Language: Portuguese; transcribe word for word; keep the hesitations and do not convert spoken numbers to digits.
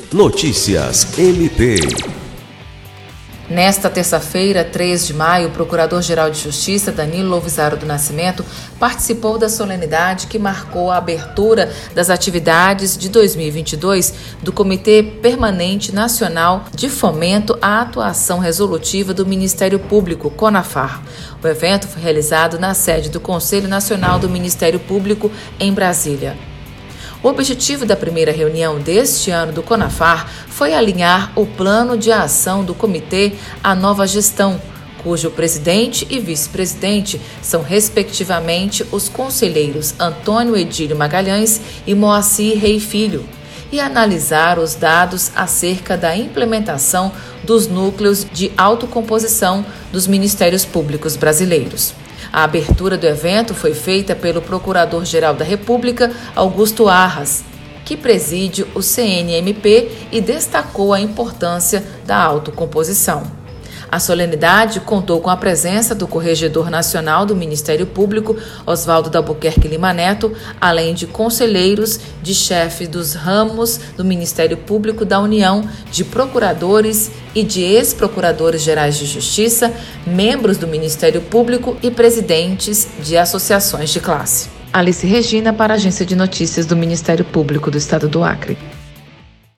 Notícias M P. Nesta terça-feira, três de maio, o Procurador-Geral de Justiça, Danilo Lovisaro do Nascimento, participou da solenidade que marcou a abertura das atividades de dois mil e vinte e dois do Comitê Permanente Nacional de Fomento à Atuação Resolutiva do Ministério Público, CONAFAR. O evento foi realizado na sede do Conselho Nacional do Ministério Público, em Brasília. O objetivo da primeira reunião deste ano do CONAFAR foi alinhar o plano de ação do comitê à nova gestão, cujo presidente e vice-presidente são, respectivamente, os conselheiros Antônio Edílio Magalhães e Moacir Rei Filho, e analisar os dados acerca da implementação dos núcleos de autocomposição dos Ministérios Públicos brasileiros. A abertura do evento foi feita pelo Procurador-Geral da República, Augusto Arras, que preside o C N M P e destacou a importância da autocomposição. A solenidade contou com a presença do Corregedor Nacional do Ministério Público, Oswaldo D'Albuquerque Lima Neto, além de conselheiros, de chefes dos ramos do Ministério Público da União, de procuradores e de ex-procuradores gerais de justiça, membros do Ministério Público e presidentes de associações de classe. Alice Regina, para a Agência de Notícias do Ministério Público do Estado do Acre.